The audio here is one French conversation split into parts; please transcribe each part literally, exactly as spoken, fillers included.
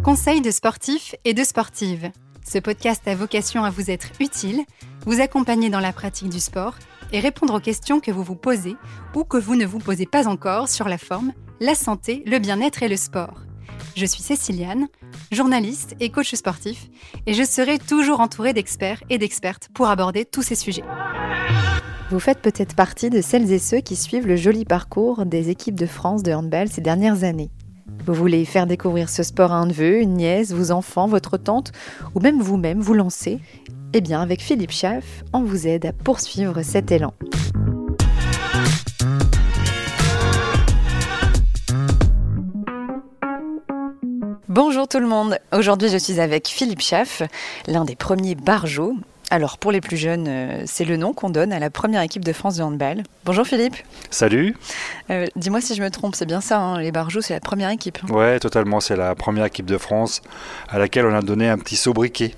Conseils de sportifs et de sportives. Ce podcast a vocation à vous être utile, vous accompagner dans la pratique du sport et répondre aux questions que vous vous posez ou que vous ne vous posez pas encore sur la forme, la santé, le bien-être et le sport. Je suis Céciliane, journaliste et coach sportif, et je serai toujours entourée d'experts et d'expertes pour aborder tous ces sujets. Vous faites peut-être partie de celles et ceux qui suivent le joli parcours des équipes de France de handball ces dernières années. Vous voulez faire découvrir ce sport à un neveu, une nièce, vos enfants, votre tante, ou même vous-même vous lancer ? Eh bien, avec Philippe Schaff, on vous aide à poursuivre cet élan. Bonjour tout le monde, aujourd'hui je suis avec Philippe Schaff, l'un des premiers barjots. Alors pour les plus jeunes, euh, c'est le nom qu'on donne à la première équipe de France de handball. Bonjour Philippe. Salut. Euh, dis-moi si je me trompe, c'est bien ça, hein, les barjots c'est la première équipe. Ouais, totalement, c'est la première équipe de France à laquelle on a donné un petit sobriquet.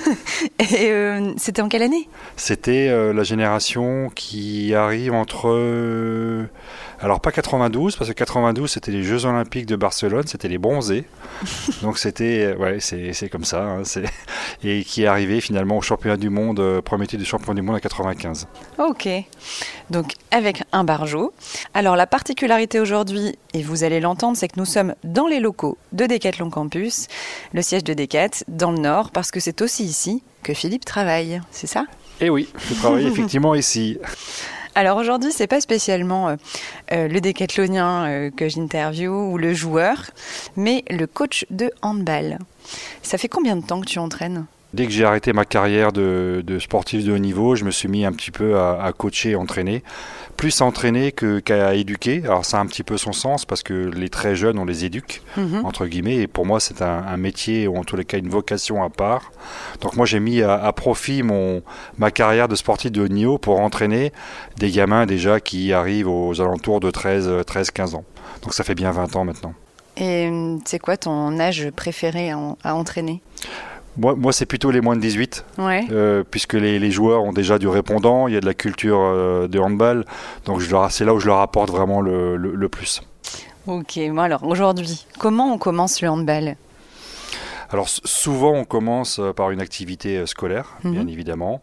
Et euh, c'était en quelle année ? C'était euh, la génération qui arrive entre... Euh, alors pas quatre-vingt-douze, parce que quatre-vingt-douze c'était les Jeux Olympiques de Barcelone, c'était les bronzés. Donc c'était, ouais, c'est, c'est comme ça. Hein, c'est, et qui est arrivé finalement au championnat du monde, euh, premier titre du championnat du monde en quatre-vingt-quinze. Ok, donc avec un barjot. Alors la particularité aujourd'hui, et vous allez l'entendre, c'est que nous sommes dans les locaux de Decathlon Campus, le siège de Decat, dans le Nord, parce que c'est aussi ici que Philippe travaille, c'est ça ? Eh oui, je travaille effectivement ici. Alors aujourd'hui, c'est pas spécialement euh, euh, le décathlonien euh, que j'interviewe ou le joueur, mais le coach de handball. Ça fait combien de temps que tu entraînes ? Dès que j'ai arrêté ma carrière de, de sportif de haut niveau, je me suis mis un petit peu à, à coacher et entraîner. Plus à entraîner que, qu'à éduquer. Alors ça a un petit peu son sens parce que les très jeunes, on les éduque, mmh. entre guillemets. Et pour moi, c'est un, un métier ou en tous les cas une vocation à part. Donc moi, j'ai mis à, à profit mon, ma carrière de sportif de haut niveau pour entraîner des gamins déjà qui arrivent aux alentours de treize à quinze ans. Donc ça fait bien vingt ans maintenant. Et c'est quoi ton âge préféré à, à entraîner ? Moi, moi, c'est plutôt les moins de dix-huit, ouais. euh, puisque les, les joueurs ont déjà du répondant, il y a de la culture euh, de handball, donc je leur, c'est là où je leur apporte vraiment le, le, le plus. Ok, bon alors aujourd'hui, comment on commence le handball ? Alors souvent on commence par une activité scolaire, mmh. bien évidemment.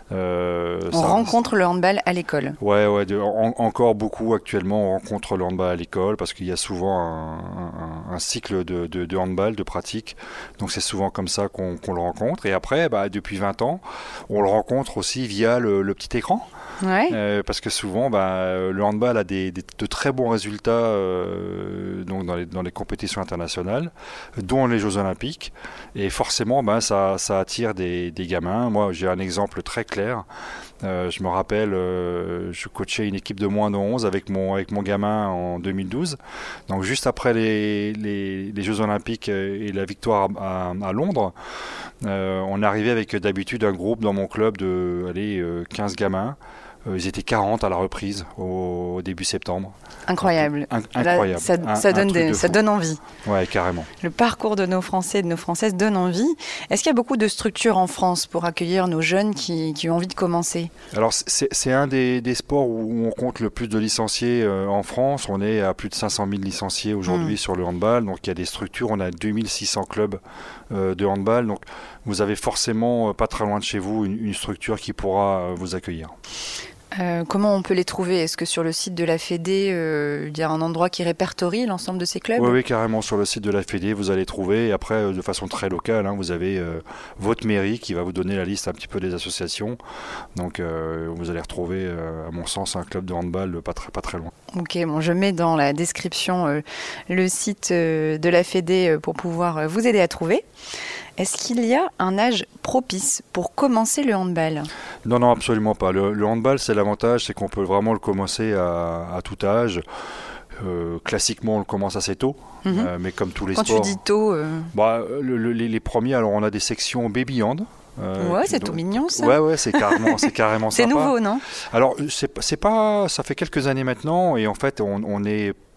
Euh, on ça, rencontre le handball à l'école. Ouais, ouais. De, en, encore beaucoup actuellement on rencontre le handball à l'école parce qu'il y a souvent un, un, un cycle de, de, de handball, de pratique. Donc c'est souvent comme ça qu'on, qu'on le rencontre. Et après, bah, depuis vingt ans, on le rencontre aussi via le, le petit écran. Ouais. Euh, parce que souvent, bah, le handball a des, des, de très bons résultats euh, donc dans, les, dans les compétitions internationales, dont les Jeux Olympiques. Et forcément, bah, ça, ça attire des, des gamins. Moi, j'ai un exemple très clair. Euh, je me rappelle, euh, je coachais une équipe de moins de onze avec mon, avec mon gamin en deux mille douze. Donc juste après les, les, les Jeux Olympiques et la victoire à, à, à Londres, euh, on arrivait avec d'habitude un groupe dans mon club de allez, euh, quinze gamins. Euh, ils étaient quarante à la reprise au, au début septembre. Incroyable. Un, incroyable. Là, ça, un, ça, donne un des, ça donne envie. Ouais, carrément. Le parcours de nos Français et de nos Françaises donne envie. Est-ce qu'il y a beaucoup de structures en France pour accueillir nos jeunes qui, qui ont envie de commencer ? Alors, c'est, c'est un des, des sports où on compte le plus de licenciés euh, en France. On est à plus de cinq cent mille licenciés aujourd'hui mmh. sur le handball. Donc, il y a des structures. On a deux mille six cents clubs euh, de handball. Donc, vous avez forcément, euh, pas très loin de chez vous, une, une structure qui pourra euh, vous accueillir. Euh, comment on peut les trouver ? Est-ce que sur le site de la Fédé, euh, il y a un endroit qui répertorie l'ensemble de ces clubs ? Oui, oui, carrément. Sur le site de la Fédé, vous allez trouver. Et après, euh, de façon très locale, hein, vous avez euh, votre mairie qui va vous donner la liste un petit peu des associations. Donc, euh, vous allez retrouver, euh, à mon sens, un club de handball pas très, pas très loin. Ok, bon, je mets dans la description euh, le site euh, de la Fédé euh, pour pouvoir euh, vous aider à trouver. Est-ce qu'il y a un âge propice pour commencer le handball ? Non, non, absolument pas. Le, le handball, c'est l'avantage, c'est qu'on peut vraiment le commencer à, à tout âge. Euh, classiquement, on le commence assez tôt, mmh. euh, mais comme tous les Quand sports... Quand tu dis tôt... Euh... Bah, le, le, les, les premiers, alors on a des sections baby hand. Euh, ouais, c'est donc, tout mignon ça. Ouais, ouais, c'est carrément, c'est carrément c'est sympa. C'est nouveau, non ? Alors, c'est, c'est pas, ça fait quelques années maintenant, et en fait, on, on est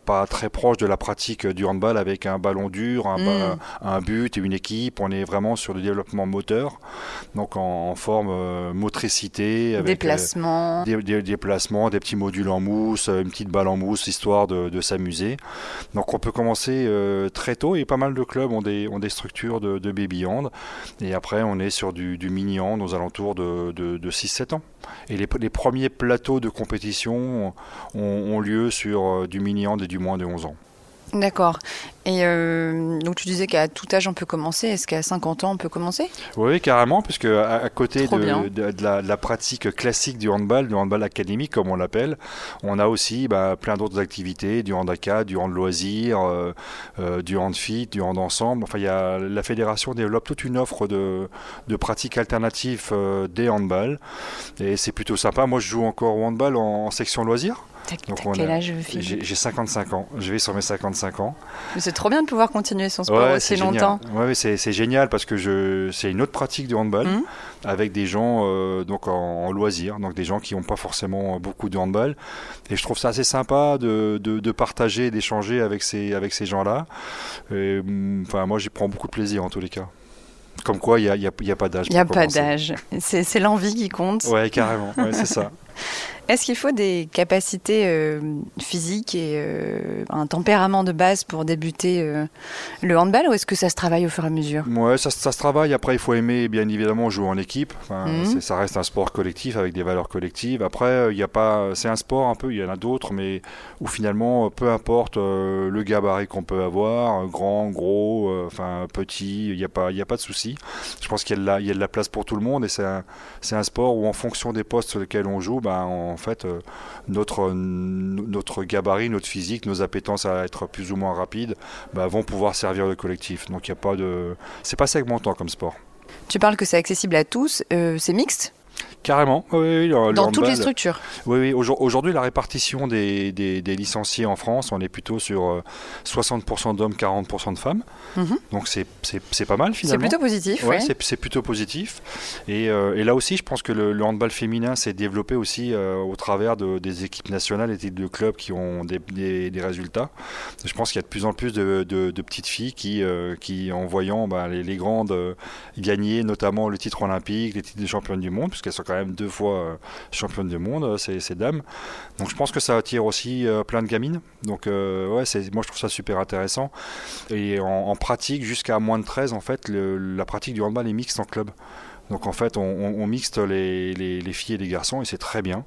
pas très proche de la pratique du handball avec un ballon dur, un, mmh. ba- un but et une équipe. On est vraiment sur le développement moteur, donc en, en forme euh, motricité. Avec, déplacement. Euh, des, des déplacements, des petits modules en mousse, une petite balle en mousse, histoire de, de s'amuser. Donc on peut commencer euh, très tôt et pas mal de clubs ont des, ont des structures de, de baby hand. Et après on est sur du, du mini hand aux alentours de, de, de six sept ans. Et les, les premiers plateaux de compétition ont, ont lieu sur euh, du mini hand et du moins de onze ans. D'accord. Et euh, donc tu disais qu'à tout âge on peut commencer. Est-ce qu'à cinquante ans on peut commencer ? Oui, carrément, puisque à, à côté de, de, de, la, de la pratique classique du handball, du handball académique comme on l'appelle, on a aussi bah, plein d'autres activités, du handicap, du hand loisir, euh, euh, du hand fit, du hand ensemble. Enfin, il y a, la fédération développe toute une offre de, de pratiques alternatives euh, des handballs. Et c'est plutôt sympa. Moi, je joue encore au handball en, en section loisirs. T'as, t'as quel âge, Philippe ? J'ai, j'ai cinquante-cinq ans. Je vais sur mes cinquante-cinq ans. Mais c'est trop bien de pouvoir continuer son sport ouais, aussi longtemps. Oui, ouais, c'est, c'est génial parce que je, c'est une autre pratique du handball mmh. avec des gens euh, donc en, en loisir, donc des gens qui n'ont pas forcément beaucoup de handball. Et je trouve ça assez sympa de, de, de partager, d'échanger avec ces, avec ces gens-là. Et, enfin, moi, j'y prends beaucoup de plaisir en tous les cas. Comme quoi, il n'y a, y a, y a pas d'âge. Il n'y a pas d'âge. C'est, c'est l'envie qui compte. Oui, carrément. Ouais, c'est ça. Est-ce qu'il faut des capacités euh, physiques et euh, un tempérament de base pour débuter euh, le handball ou est-ce que ça se travaille au fur et à mesure ? Ouais, ça, ça se travaille. Après, il faut aimer bien évidemment jouer en équipe. Enfin, mmh. c'est, ça reste un sport collectif avec des valeurs collectives. Après, il y a pas, c'est un sport un peu. Il y en a d'autres, mais où finalement, peu importe euh, le gabarit qu'on peut avoir, grand, gros, euh, enfin petit, il n'y a pas, il y a pas de souci. Je pense qu'il y a de la, il y a de la place pour tout le monde et c'est un, c'est un sport où en fonction des postes sur lesquels on joue, ben on en fait, euh, notre, notre gabarit, notre physique, nos appétences à être plus ou moins rapides bah, vont pouvoir servir le collectif. Donc, il y a pas de... c'est pas segmentant comme sport. Tu parles que c'est accessible à tous, euh, c'est mixte ? Carrément, oui, oui. Le, Dans le handball, toutes les structures. Oui, oui. Aujourd'hui, la répartition des, des, des licenciés en France, on est plutôt sur euh, soixante pour cent d'hommes, quarante pour cent de femmes. Mm-hmm. Donc, c'est, c'est, c'est pas mal finalement. C'est plutôt positif. Ouais, ouais. c'est, c'est plutôt positif. Et, euh, et là aussi, je pense que le, le handball féminin s'est développé aussi euh, au travers de, des équipes nationales et de clubs qui ont des, des, des résultats. Je pense qu'il y a de plus en plus de, de, de petites filles qui, euh, qui en voyant bah, les, les grandes euh, gagner notamment le titre olympique, les titres de championne du monde, puisqu'elles sont quand même deux fois euh, championne du monde, ces, ces dames. Donc je pense que ça attire aussi euh, plein de gamines. Donc euh, ouais, c'est, moi je trouve ça super intéressant. Et en, en pratique, jusqu'à moins de treize, en fait, le, la pratique du handball est mixte en club. Donc en fait, on, on, on mixte les, les, les filles et les garçons et c'est très bien.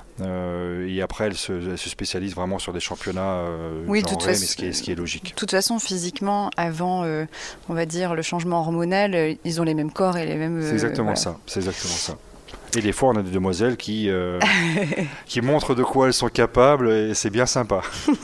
Euh, et après, elle se, elle se spécialise vraiment sur des championnats euh, oui, genrés, façon, mais ce qui est, ce qui est logique. De toute façon, physiquement, avant, euh, on va dire, le changement hormonal, euh, ils ont les mêmes corps et les mêmes... Euh, c'est exactement voilà. ça, c'est exactement ça. Et des fois, on a des demoiselles qui, euh, qui montrent de quoi elles sont capables et c'est bien sympa.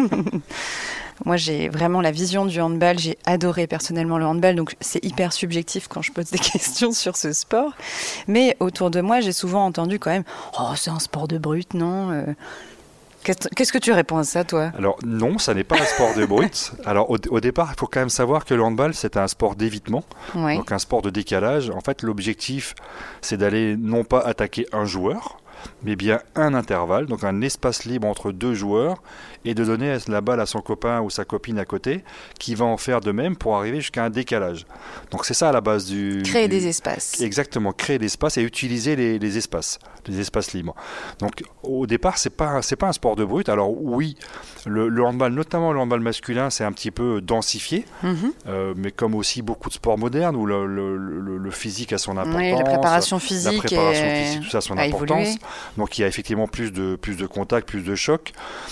Moi, j'ai vraiment la vision du handball. J'ai adoré personnellement le handball, donc c'est hyper subjectif quand je pose des questions sur ce sport. Mais autour de moi, j'ai souvent entendu quand même « Oh, c'est un sport de brute, non ?» euh, Qu'est-ce que tu réponds à ça, toi ? Alors non, ça n'est pas un sport de brute. Alors au, au départ, il faut quand même savoir que le handball, c'est un sport d'évitement, ouais. donc un sport de décalage. En fait, l'objectif, c'est d'aller non pas attaquer un joueur, mais bien un intervalle, donc un espace libre entre deux joueurs, et de donner la balle à son copain ou sa copine à côté, qui va en faire de même pour arriver jusqu'à un décalage. Donc c'est ça à la base du... Créer du... des espaces. Exactement, créer des espaces et utiliser les, les espaces, les espaces libres. Donc au départ, c'est pas, c'est pas un sport de brute. Alors oui, le, le handball, notamment le handball masculin, c'est un petit peu densifié, mm-hmm. euh, mais comme aussi beaucoup de sports modernes, où le, le, le, le physique a son importance. Oui, la préparation physique. La préparation et... physique, tout ça a son importance. Évolué. Donc il y a effectivement plus de, plus de contacts, plus de chocs.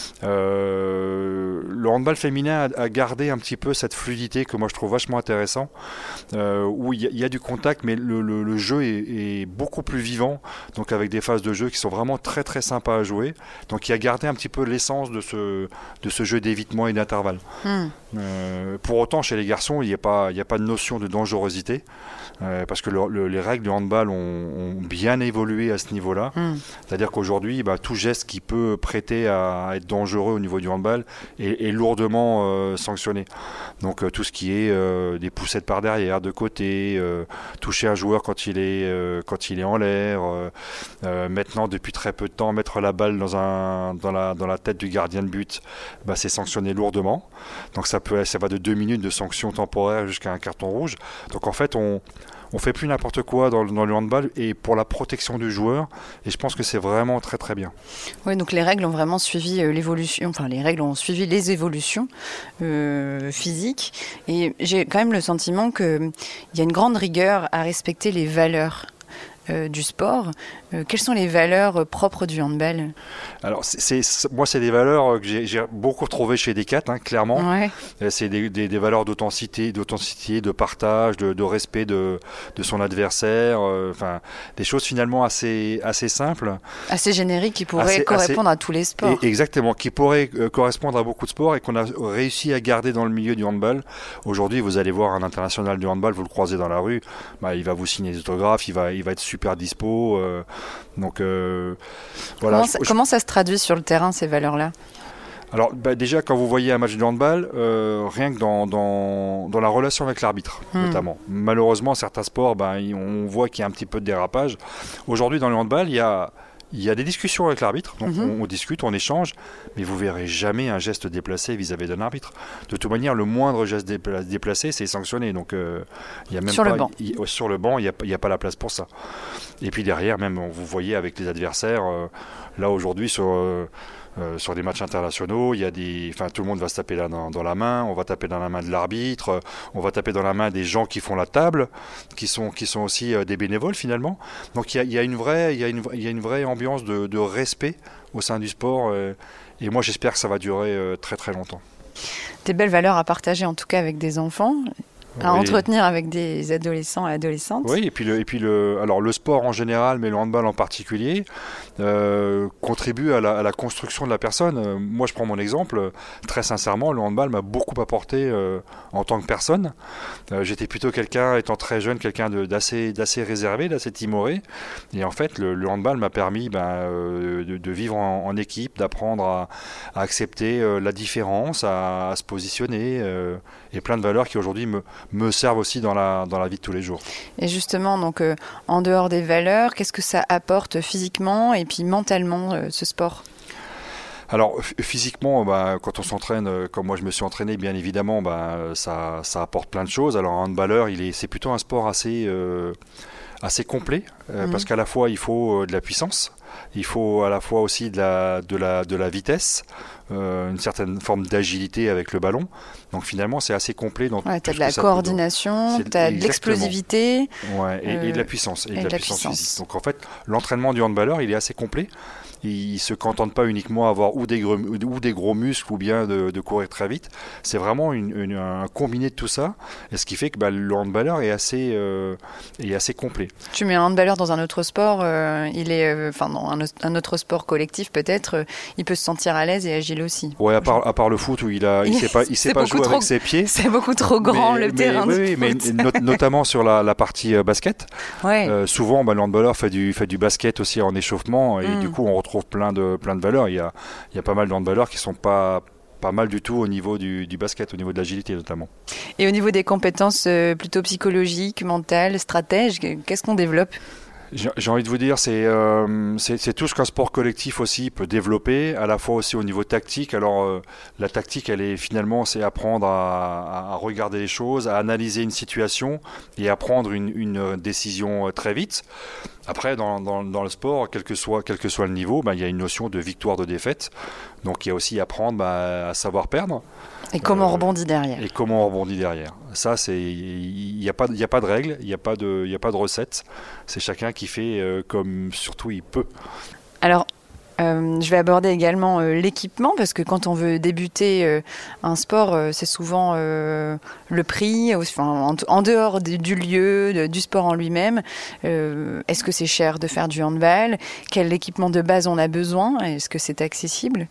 Euh, le handball féminin a, a gardé un petit peu cette fluidité que moi je trouve vachement intéressant, euh, où il y, y a du contact, mais le, le, le jeu est, est beaucoup plus vivant, donc avec des phases de jeu qui sont vraiment très très sympas à jouer. Donc il a gardé un petit peu l'essence de ce, de ce jeu d'évitement et d'intervalle. Mm. Euh, pour autant, chez les garçons, il n'y a pas, il n'y a pas de notion de dangerosité. Euh, parce que le, le, les règles du handball ont, ont bien évolué à ce niveau-là. Mm. C'est-à-dire qu'aujourd'hui, bah, tout geste qui peut prêter à, à être dangereux au niveau du handball est, est lourdement euh, sanctionné. Donc euh, tout ce qui est euh, des poussettes par derrière, de côté, euh, toucher un joueur quand il est, euh, quand il est en l'air, euh, euh, maintenant depuis très peu de temps, mettre la balle dans, un, dans, la, dans la tête du gardien de but, bah, c'est sanctionné lourdement. Donc ça, peut, ça va de deux minutes de sanction temporaire jusqu'à un carton rouge. Donc en fait, on on fait plus n'importe quoi dans, dans le handball et pour la protection du joueur, et je pense que c'est vraiment très très bien. Oui, donc les règles ont vraiment suivi euh, l'évolution, enfin les règles ont suivi les évolutions euh, physiques, et j'ai quand même le sentiment qu'il y a une grande rigueur à respecter les valeurs Euh, du sport. Euh, quelles sont les valeurs euh, propres du handball ? Alors, c'est, c'est, moi, c'est des valeurs que j'ai, j'ai beaucoup retrouvées chez Decat, hein, clairement. Ouais. C'est des, des, des valeurs d'authenticité, d'authenticité, de partage, de, de respect de, de son adversaire. Enfin, euh, des choses finalement assez, assez simples. Assez génériques qui pourraient assez, correspondre assez, à tous les sports. Et, exactement, qui pourraient euh, correspondre à beaucoup de sports et qu'on a réussi à garder dans le milieu du handball. Aujourd'hui, vous allez voir un international du handball, vous le croisez dans la rue, bah, il va vous signer des autographes, il va, il va être super dispo. Euh, donc euh, voilà. Comment ça, je, comment ça se traduit sur le terrain, ces valeurs-là ? Alors bah, déjà, quand vous voyez un match de handball, euh, rien que dans, dans, dans la relation avec l'arbitre, hmm. notamment. Malheureusement, certains sports, bah, on voit qu'il y a un petit peu de dérapage. Aujourd'hui, dans le handball, il y a Il y a des discussions avec l'arbitre, donc mm-hmm. on, on discute, on échange, mais vous verrez jamais un geste déplacé vis-à-vis d'un arbitre. De toute manière, le moindre geste dépla- déplacé, c'est sanctionné. Donc, euh, y a même sur, pas, le banc. Y, y, sur le banc, il n'y a, a pas la place pour ça. Et puis derrière, même, vous voyez avec les adversaires, euh, là aujourd'hui, sur... Euh, Euh, sur des matchs internationaux, il y a des, enfin tout le monde va se taper là dans, dans la main. On va taper dans la main de l'arbitre. Euh, on va taper dans la main des gens qui font la table, qui sont qui sont aussi euh, des bénévoles finalement. Donc il y a, il y a une vraie, il y a une, il y a une vraie ambiance de, de respect au sein du sport. Euh, et moi j'espère que ça va durer euh, très très longtemps. Des belles valeurs à partager en tout cas avec des enfants. À oui. entretenir avec des adolescents et adolescentes. Oui, et puis le, et puis le, alors le sport en général, mais le handball en particulier, euh, contribue à la, à la construction de la personne. Euh, moi, je prends mon exemple. Très sincèrement, le handball m'a beaucoup apporté euh, en tant que personne. Euh, j'étais plutôt quelqu'un, étant très jeune, quelqu'un de, d'assez, d'assez réservé, d'assez timoré. Et en fait, le, le handball m'a permis ben, euh, de, de vivre en, en équipe, d'apprendre à, à accepter euh, la différence, à, à se positionner, euh, et plein de valeurs qui aujourd'hui me me servent aussi dans la, dans la vie de tous les jours. Et justement, donc, euh, en dehors des valeurs, qu'est-ce que ça apporte physiquement et puis mentalement, euh, ce sport ? Alors f- physiquement, bah, quand on s'entraîne, euh, comme moi je me suis entraîné, bien évidemment, bah, ça, ça apporte plein de choses. Alors un handballeur, il est, c'est plutôt un sport assez, euh, assez complet, euh, mmh. parce qu'à la fois il faut euh, de la puissance, il faut à la fois aussi de la, de la, de la vitesse, euh, une certaine forme d'agilité avec le ballon. Donc finalement, c'est assez complet. Dans ouais, tu as de la coordination, tu as de l'explosivité. Ouais, et, euh, et de la puissance. Et, et de la, la puissance, puissance physique. Donc en fait, l'entraînement du handballeur, il est assez complet. Il ne se contente pas uniquement à avoir ou des, gros, ou des gros muscles ou bien de, de courir très vite. C'est vraiment une, une, un combiné de tout ça. Et ce qui fait que bah, le handballeur est assez, euh, est assez complet. Tu mets un handballeur dans un autre sport, euh, il est, enfin euh, dans un, un autre sport collectif peut-être, euh, il peut se sentir à l'aise et agile aussi. Ouais, à part, à part le foot où il a, il sait pas, il sait pas jouer trop, avec ses pieds. C'est beaucoup trop grand mais, le mais, terrain. Oui, oui mais not, notamment sur la, la partie euh, basket. Ouais. Euh, souvent, bah, le handballeur fait du, fait du basket aussi en échauffement et mm. du coup, on retrouve plein de, plein de valeurs. Il y a, il y a pas mal de handballeurs qui sont pas pas mal du tout au niveau du, du basket, au niveau de l'agilité notamment. Et au niveau des compétences euh, plutôt psychologiques, mentales, stratèges, qu'est-ce qu'on développe ? J'ai, j'ai envie de vous dire, c'est, euh, c'est, c'est tout ce qu'un sport collectif aussi peut développer, à la fois aussi au niveau tactique. Alors euh, la tactique, elle est finalement, c'est apprendre à, à regarder les choses, à analyser une situation et à prendre une, une décision très vite. Après, dans, dans, dans le sport, quel que soit, quel que soit le niveau, bah, il y a une notion de victoire, de défaite. Donc il y a aussi apprendre bah, à savoir perdre. Et comment euh, on rebondit derrière. Et comment on rebondit derrière. Ça, c'est, il n'y a pas, il n'y a pas de règle, il n'y a pas de, il n'y a pas de recette. C'est chacun qui fait euh, comme surtout il peut. Alors, euh, je vais aborder également euh, l'équipement, parce que quand on veut débuter euh, un sport, euh, c'est souvent euh, le prix, enfin, en, en dehors de, du lieu, de, du sport en lui-même. Euh, est-ce que c'est cher de faire du handball ? Quel équipement de base on a besoin ? Est-ce que c'est accessible ?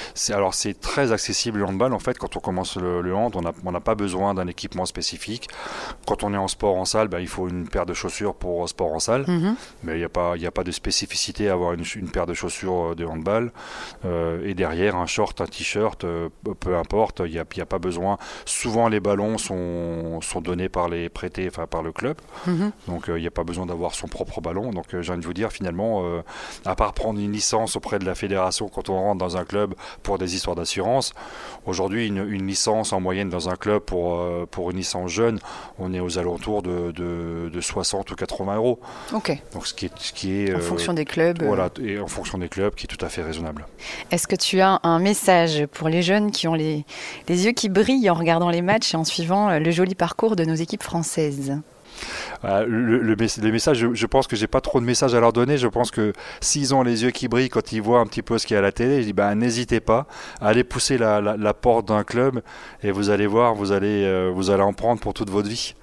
c'est, alors c'est très accessible le handball. En fait, quand on commence le, le hand, on n'a on n'a pas besoin d'un équipement spécifique. Quand on est en sport en salle, ben, il faut une paire de chaussures pour sport en salle. Mm-hmm. Mais il n'y a pas, il n'y a pas de spécificité à avoir une, une paire de chaussures de handball. Euh, et derrière, un short, un t-shirt, euh, peu importe, il n'y a, il n'y a pas besoin. Souvent, les ballons sont, sont donnés par les prêtés, enfin par le club. Mm-hmm. Donc, euh, il n'y a pas besoin d'avoir son propre ballon. Donc, euh, j'ai envie de vous dire, finalement, euh, à part prendre une licence auprès de la fédération quand on rentre dans un club pour des histoires d'assurance, aujourd'hui, une, une licence en moyenne dans un club pour, euh, pour une licence jeune, on est aux alentours de, de, de soixante ou quatre-vingts euros. Ok. Donc, ce qui est, ce qui est en euh, fonction des clubs. Voilà, et en fonction des clubs, qui est tout à fait raisonnable. Est-ce que tu as un message pour les jeunes qui ont les, les yeux qui brillent en regardant les matchs et en suivant le joli parcours de nos équipes françaises ? Euh, le, le, les messages, je, je pense que j'ai pas trop de messages à leur donner. Je pense que s'ils ont les yeux qui brillent quand ils voient un petit peu ce qu'il y a à la télé, je dis ben, n'hésitez pas, allez pousser la, la, la porte d'un club et vous allez voir, vous allez, euh, vous allez en prendre pour toute votre vie.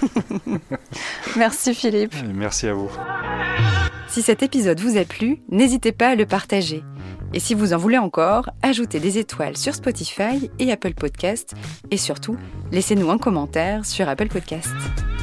Merci Philippe. Merci à vous. Si cet épisode vous a plu, n'hésitez pas à le partager. Et si vous en voulez encore, ajoutez des étoiles sur Spotify et Apple Podcasts. Et surtout, laissez-nous un commentaire sur Apple Podcasts.